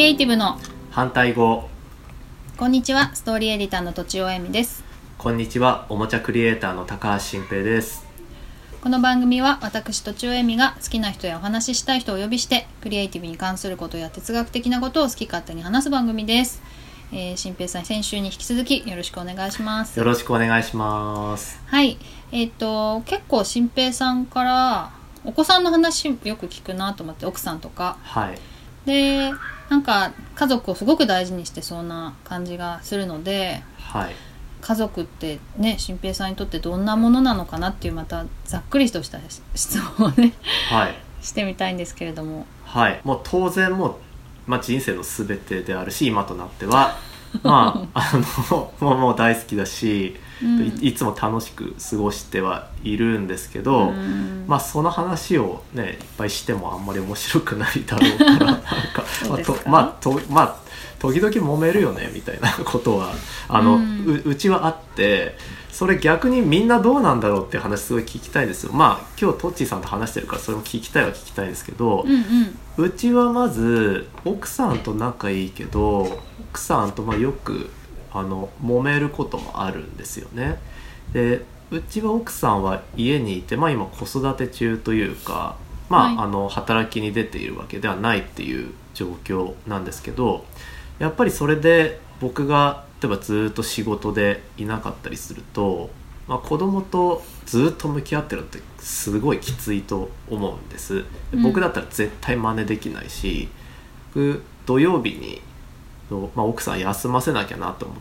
エイティブの反対語。 こんにちは、ストーリーエディターのとちおえみです。 こんにちは、おもちゃクリエイターの高橋新平です。 この番組は私とちおえみが好きな人やお話ししたい人をお呼びしてクリエイティブに関することや哲学的なことを好き勝手に話す番組です。新平さん、先週に引き続きよろしくお願いします。 よろしくお願いします。 はい、結構新平さんからお子さんの話よく聞くなと思って、奥さんとか、 はい。 でなんか家族をすごく大事にしてそうな感じがするので、 はい。 家族ってね、新平さんにとってどんなものなのかなっていう、またざっくりとした質問をね、 はい。 してみたいんですけれども。はい。 もう当然人生のすべてであるし、今となってはもう大好きだし、いつも楽しく過ごしてはいるんですけど、その話をねいっぱいしてもあんまり面白くないだろうからなんか時々揉めるよねみたいなことはうちはあって、それ逆にみんなどうなんだろうっていう話すごい聞きたいですよ。今日トッチーさんと話してるからそれも聞きたいですけど、うちはまず奥さんと仲いいけど、奥さんとよく揉めることもあるんですよね。で、うちは奥さんは家にいて、今子育て中というか、働きに出ているわけではないっていう状況なんですけど、やっぱりそれで僕が例えばずっと仕事でいなかったりすると、子供とずっと向き合ってるってすごいきついと思うんです。僕だったら絶対真似できないし、土曜日に奥さん休ませなきゃなと思って、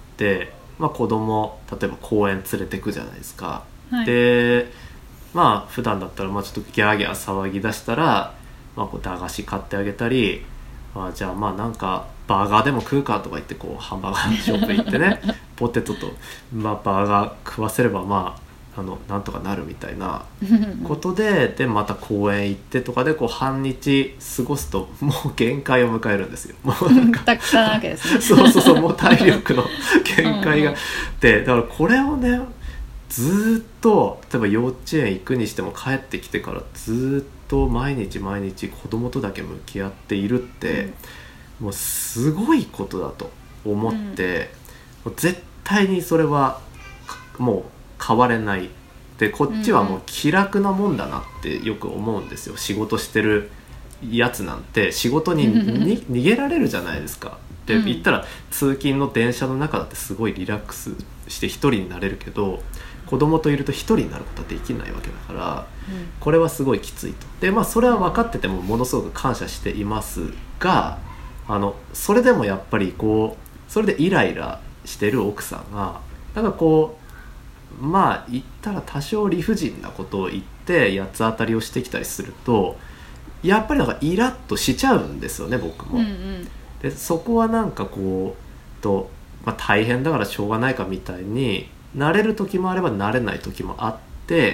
子供例えば公園連れてくじゃないですか。 はい、 で普段だったらちょっとギャーギャー騒ぎ出したら、駄菓子買ってあげたり、じゃあなんかバーガーでも食うかとか言ってハンバーガーショップ行ってねポテトと、バーガー食わせればなんとかなるみたいなことでまた公園行ってとかで半日過ごすともう限界を迎えるんですよ。もうなんかたくさんなわけですねそうもう体力の限界がで、だからこれをねずっと例えば幼稚園行くにしても帰ってきてからずっと毎日子供とだけ向き合っているって、もうすごいことだと思って、もう絶対にそれはもう変われないで、こっちはもう気楽なもんだなってよく思うんですよ。仕事してるやつなんて仕事に逃げられるじゃないですか。で言ったら通勤の電車の中だってすごいリラックスして一人になれるけど、子供といると一人になることはできないわけだから、これはすごいきついと。でそれは分かっててもものすごく感謝していますが、それでもやっぱりそれでイライラしてる奥さんがなんか言ったら多少理不尽なことを言って八つ当たりをしてきたりすると、やっぱりなんかイラッとしちゃうんですよね、僕も。でそこはなんか大変だからしょうがないかみたいになれる時もあればなれない時もあって、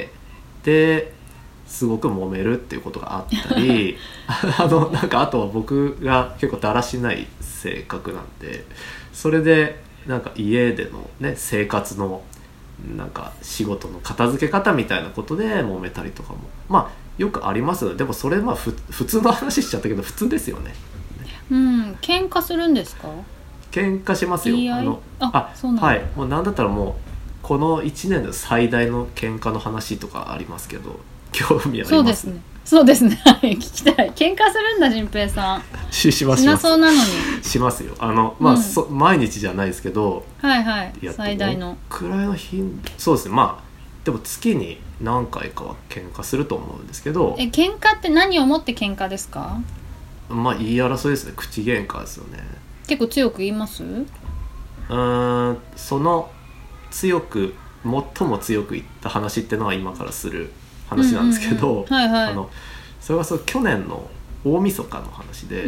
ですごく揉めるっていうことがあったりなんかあとは僕が結構だらしない性格なんで、それでなんか家でのね生活のなんか仕事の片付け方みたいなことで揉めたりとかもよくあります。でもそれ普通の話しちゃったけど普通ですよね。 喧嘩するんですか？ 喧嘩しますよ。 そうなんだ。 はい。もうなんだったらもうこの1年の最大の喧嘩の話とかありますけど、興味あります？ そうですね聞きたい。喧嘩するんだ、新平さん。 します。 しなそうなのに。 しますよ。毎日じゃないですけど、 最大のくらいのそうですね。でも月に何回かは喧嘩すると思うんですけど。 喧嘩って何をもって喧嘩ですか？ 言い争いですね。口喧嘩ですよね。 結構強く言います？ その最も強く言った話ってのは今からする話なんですけど、それは去年の大晦日の話で、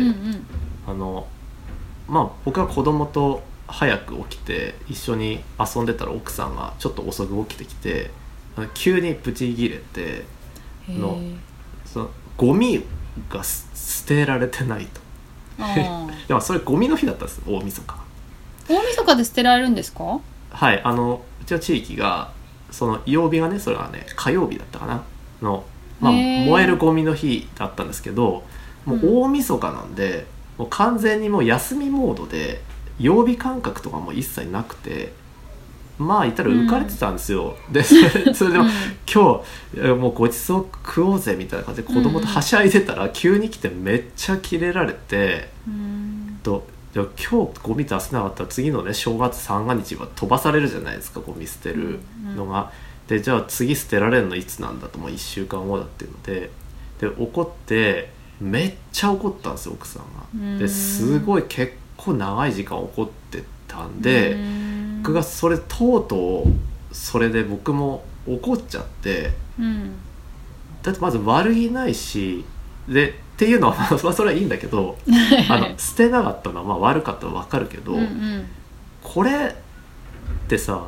僕は子供と早く起きて一緒に遊んでたら奥さんがちょっと遅く起きてきて急にブチギレてそのゴミが捨てられてないとでもそれゴミの日だったんです。大晦日で捨てられるんですか？ はい。うちの地域がその曜日がね、それはね火曜日だったかな燃えるゴミの日だったんですけど、もう大晦日なんで、 もう完全にもう休みモードで曜日感覚とかも一切なくて、まあ言ったら浮かれてたんですよ、でそれでも、今日もうごちそう食おうぜみたいな感じで子供とはしゃいでたら、急に来てめっちゃキレられて、じゃあ今日ゴミ出せなかったら次のね正月三が日は飛ばされるじゃないですか、ゴミ捨てるのが。でじゃあ次捨てられるのいつなんだと、もう1週間後だっていうので、怒ってめっちゃ怒ったんですよ奥さんが。ですごい結構長い時間怒ってたんで、僕がそれとうとうそれで僕も怒っちゃって、だってまず悪気ないしでっていうのはまあそれはいいんだけど捨てなかったのはまあ悪かったのは分かるけど、これってさ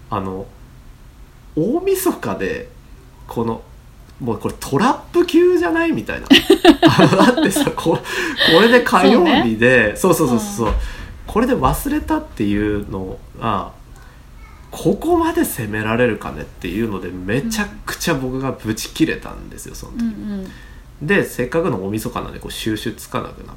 大晦日でもうこれトラップ級じゃないみたいなだってさこれで火曜日でそう、これで忘れたっていうのがここまで責められるかねっていうのでめちゃくちゃ僕がブチ切れたんですよその時、でせっかくの大晦日なんで収拾つかなくなって、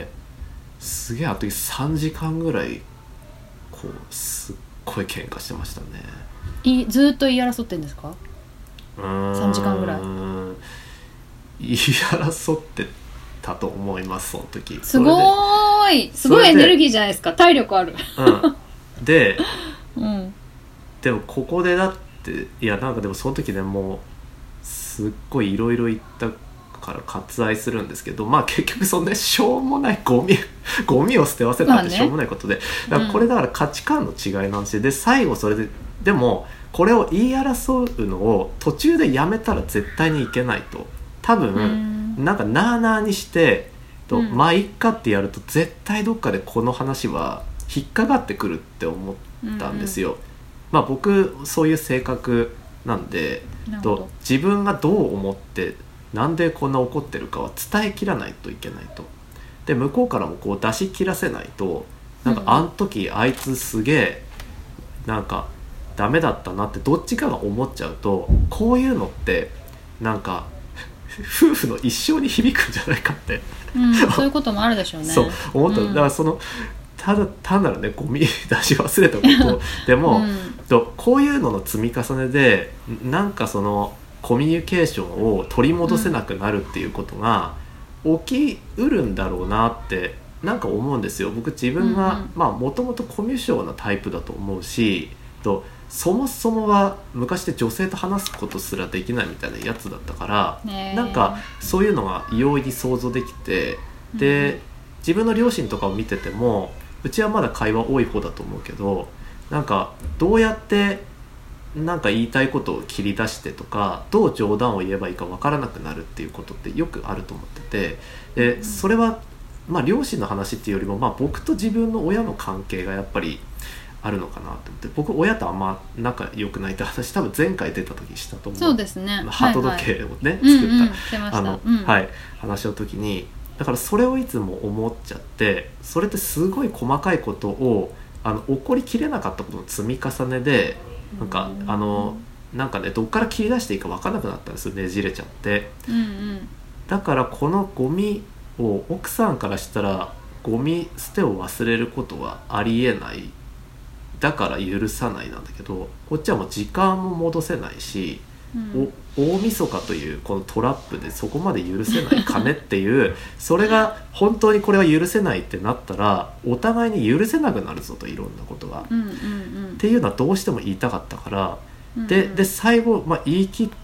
すげえあの時3時間ぐらいすっごい喧嘩してましたね。 ずっと言い争ってんですか？3時間ぐらい言い争ってたと思います、その時。 すごいエネルギーじゃないですか、体力ある、 で、でもここでだってなんかでもその時ねもうすっごいいろいろ言ったから割愛するんですけど、まあ結局そんなしょうもないゴミを捨て忘れたってしょうもないことで、だからこれだから価値観の違いなんですよ。で最後それでもこれを言い争うのを途中でやめたら絶対にいけないと、多分なんかなあなあにしてまあいっかってやると絶対どっかでこの話は引っかかってくるって思ったんですよ。まあ僕そういう性格なんで自分がどう思ってなんでこんな怒ってるかは伝えきらないといけないと。で向こうからも出し切らせないと、なんかあん時あいつすげえなんかダメだったなってどっちかが思っちゃうと、こういうのってなんか夫婦の一生に響くんじゃないかって、 そういうこともあるでしょうね。 そう思った、だから単なるねゴミ出し忘れたことでも、こういうのの積み重ねでなんかそのコミュニケーションを取り戻せなくなるっていうことが起きうるんだろうなってなんか思うんですよ。僕自分がもともとコミュ障なタイプだと思うし、そもそもは昔で女性と話すことすらできないみたいなやつだったから、なんかそういうのが容易に想像できて、で自分の両親とかを見ててもうちはまだ会話多い方だと思うけど、なんかどうやってなんか言いたいことを切り出してとかどう冗談を言えばいいか分からなくなるっていうことってよくあると思ってて、でそれは両親の話っていうよりも僕と自分の親の関係がやっぱりあるのかなと思って、僕親とあんま仲良くないって話多分前回出た時したと思う。 そうですね、 ハート時計をね、作った話の時に、だからそれをいつも思っちゃって、それってすごい細かいことを起こりきれなかったことの積み重ねでなんかねどっから切り出していいか分からなくなったんですよ、ねじれちゃって、だからこのゴミを奥さんからしたらゴミ捨てを忘れることはありえない、だから許さないなんだけど、こっちはもう時間も戻せないし、大晦日というこのトラップでそこまで許せないかねっていうそれが本当にこれは許せないってなったらお互いに許せなくなるぞと、いろんなことが、っていうのはどうしても言いたかったから、で最後、言い切って、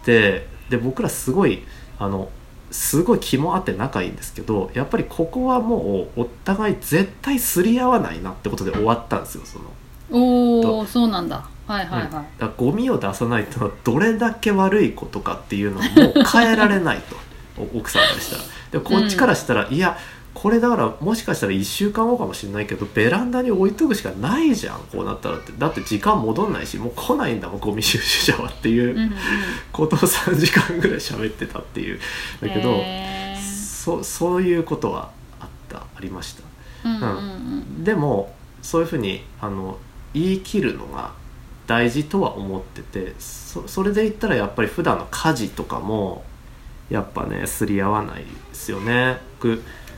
で僕らすごい気もあって仲いいんですけど、やっぱりここはもうお互い絶対すり合わないなってことで終わったんですよ。 そうなんだ。だからゴミを出さないとどれだけ悪いことかっていうのをもう変えられないと奥さんからしたら。でこっちからしたら、いやこれだからもしかしたら1週間後かもしれないけどベランダに置いとくしかないじゃん、こうなったらって。だって時間戻んないしもう来ないんだもんゴミ収集車はっていうことを3時間ぐらい喋ってたっていう。だけど、そういうことはありました。でもそういうふうに言い切るのが大事とは思ってて、それで言ったらやっぱり普段の家事とかもやっぱねすり合わないですよね。僕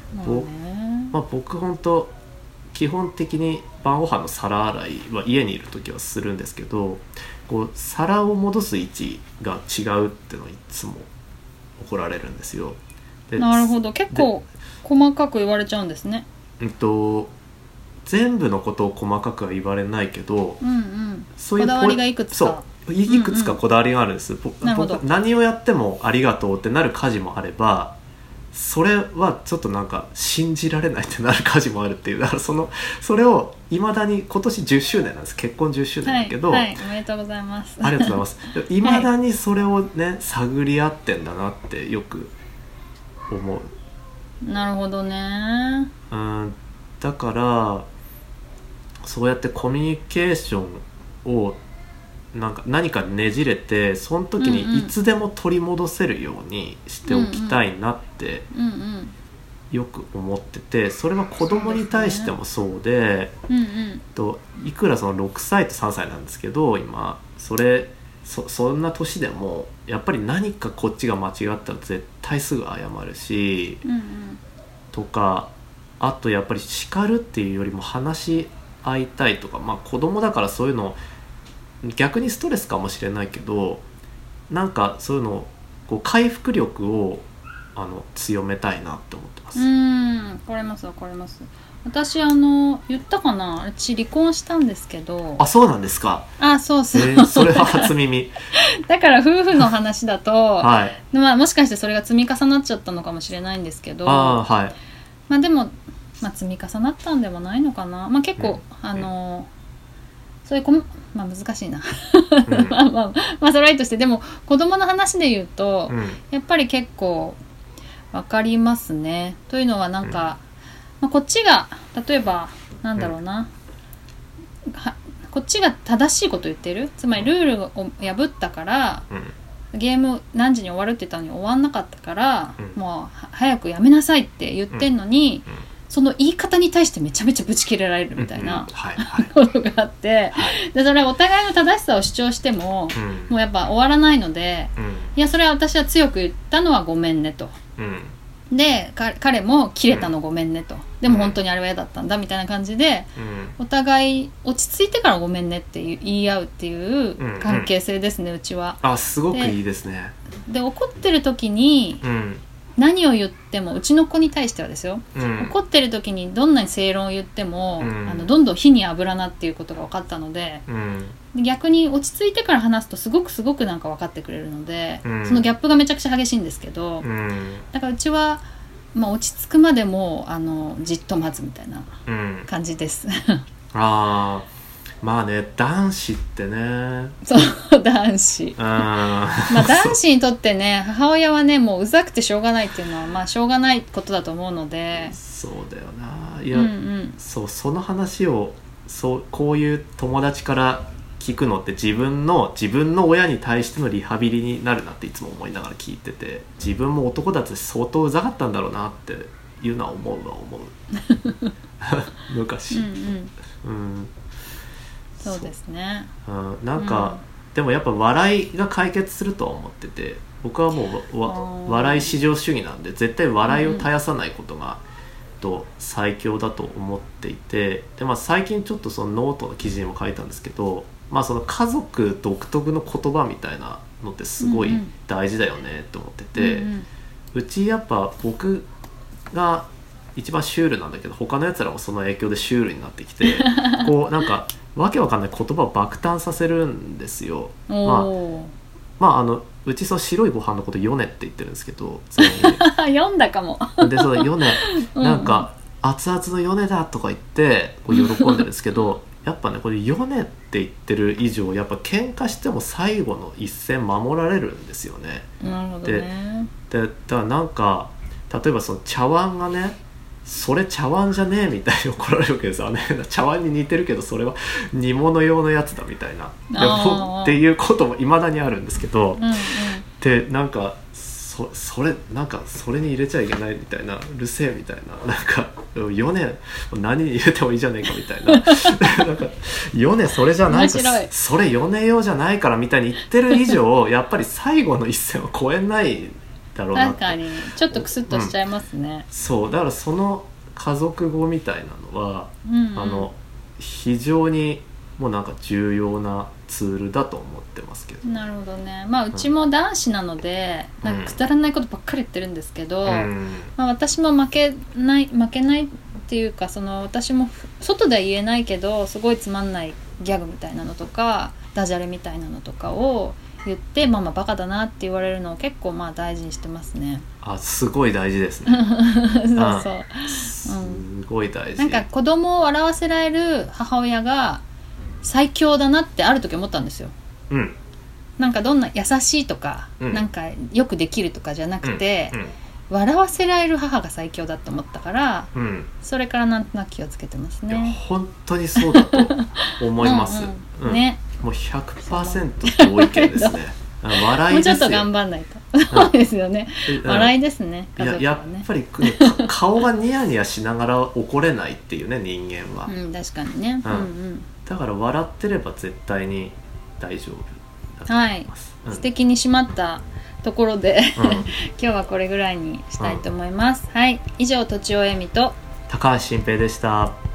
僕本当基本的に晩ご飯の皿洗いは家にいる時はするんですけど、こう皿を戻す位置が違うっていうのをいつも怒られるんですよ。 なるほど、結構細かく言われちゃうんですね。 全部のことを細かくは言われないけど、そういうこだわりがいくつかいくつかこだわりがあるんです、 なるほど。 何をやってもありがとうってなる家事もあれば、それはちょっとなんか信じられないってなる家事もあるっていう、だからそれをいまだに今年10周年なんです、結婚10周年だけど、 はい、おめでとうございます。 ありがとうございます。いまだにそれをね探り合ってんだなってよく思う。 なるほどね。 だからそうやってコミュニケーションを何かねじれて、その時にいつでも取り戻せるようにしておきたいなってよく思ってて、それは子供に対してもそうで、いくらその6歳と3歳なんですけど、今そんな年でもやっぱり何かこっちが間違ったら絶対すぐ謝るし、とか、あとやっぱり叱るっていうよりも話し合いたいとか、子供だからそういうの逆にストレスかもしれないけど、なんかそういうのこう回復力を強めたいなって思ってます。 わかりますわかります。私言ったかな、私離婚したんですけど。 あ、そうなんですか。 そうそう、 それは初耳だから夫婦の話だと、 はい、 もしかしてそれが積み重なっちゃったのかもしれないんですけど、 はい、 でも、積み重なったんでもないのかな。結構、そういう難しいなそれはいいとして、でも子供の話で言うと、やっぱり結構分かりますね。というのはなんか、こっちが例えばなんだろうな、こっちが正しいこと言ってる、つまりルールを破ったから、ゲーム何時に終わるって言ったのに終わんなかったから、もう早くやめなさいって言ってんのに、その言い方に対してめちゃめちゃブチ切れられるみたいなことがあって、でそれはお互いの正しさを主張しても、もうやっぱ終わらないので、いやそれは私は強く言ったのはごめんねと、で彼も切れたのごめんねと、でも本当にあれは嫌だったんだみたいな感じで、お互い落ち着いてからごめんねって言い合うっていう関係性ですね、うちは。 すごくいいですね。 で怒ってる時に、何を言っても、うちの子に対してはですよ、怒ってる時にどんなに正論を言っても、どんどん火に油なっていうことが分かったので、逆に落ち着いてから話すとすごくなんか分かってくれるので、そのギャップがめちゃくちゃ激しいんですけど、だからうちは、落ち着くまでもじっと待つみたいな感じです、 男子ってね、 そう男子男子にとってね、母親はねもううざくてしょうがないっていうのはしょうがないことだと思うので。 そうだよな。いや、その話をこういう友達から聞くのって自分の親に対してのリハビリになるなっていつも思いながら聞いてて、自分も男だって相当うざかったんだろうなっていうのは思う昔。 そうですね。 なんか、でもやっぱ笑いが解決するとは思ってて、僕はもう笑い至上主義なんで、絶対笑いを絶やさないことが、最強だと思っていて、で、最近ちょっとそのノートの記事にも書いたんですけど、その家族独特の言葉みたいなのってすごい大事だよねって思ってて、うちやっぱ僕が一番シュールなんだけど、他のやつらもその影響でシュールになってきてこうなんかわけわかんない言葉を爆誕させるんですよ。うちその白いご飯のことヨネって言ってるんですけど、 読んだかもでそのヨネなんか熱々のヨネだとか言ってこう喜んでるんですけどやっぱね、これヨネって言ってる以上、やっぱ喧嘩しても最後の一線守られるんですよね。 なるほどね。 でだからなんか例えばその茶碗がね、それ茶碗じゃねえみたいに怒られるわけですよね。茶碗に似てるけどそれは煮物用のやつだみたいなっていうことも未だにあるんですけど、でなんかそれなんかそれに入れちゃいけないみたいな、うるせえみたいな、なんかヨネ何に入れてもいいじゃねえかみたいななんかヨネそれじゃないか、それヨネ用じゃないからみたいに言ってる以上やっぱり最後の一線を越えない。 だろうなって。 確かにちょっとクスッとしちゃいますね、 そうだからその家族語みたいなのは、 うんうん、 非常にもうなんか重要なツールだと思ってますけど。 なるほどね。まあうちも男子なので、なんかくだらないことばっかり言ってるんですけど、まあ、私も負けないっていうか、その私も外では言えないけどすごいつまんないギャグみたいなのとかダジャレみたいなのとかを言って、まあまあバカだなって言われるのを結構まあ大事にしてますね。 あ、すごい大事ですね。 そうそう、 すごい大事。 なんか子供を笑わせられる母親が最強だなってある時思ったんですよ。 うん、 なんかどんな優しいとか、なんかよくできるとかじゃなくて、笑わせられる母が最強だと思ったから、それからなんとなく気をつけてますね。 いや本当にそうだと思います。 ね、 もう 100% 同意見ですね。笑いですよ。 もうちょっと頑張んないと。そうですよね。笑いですね。家族はね。 やっぱり顔がニヤニヤしながら怒れないっていうね、人間は。確かにね。 だから笑ってれば絶対に大丈夫だと思います。 素敵に締まったところで、今日はこれぐらいにしたいと思います。はい、以上とちおえみと高橋新平でした。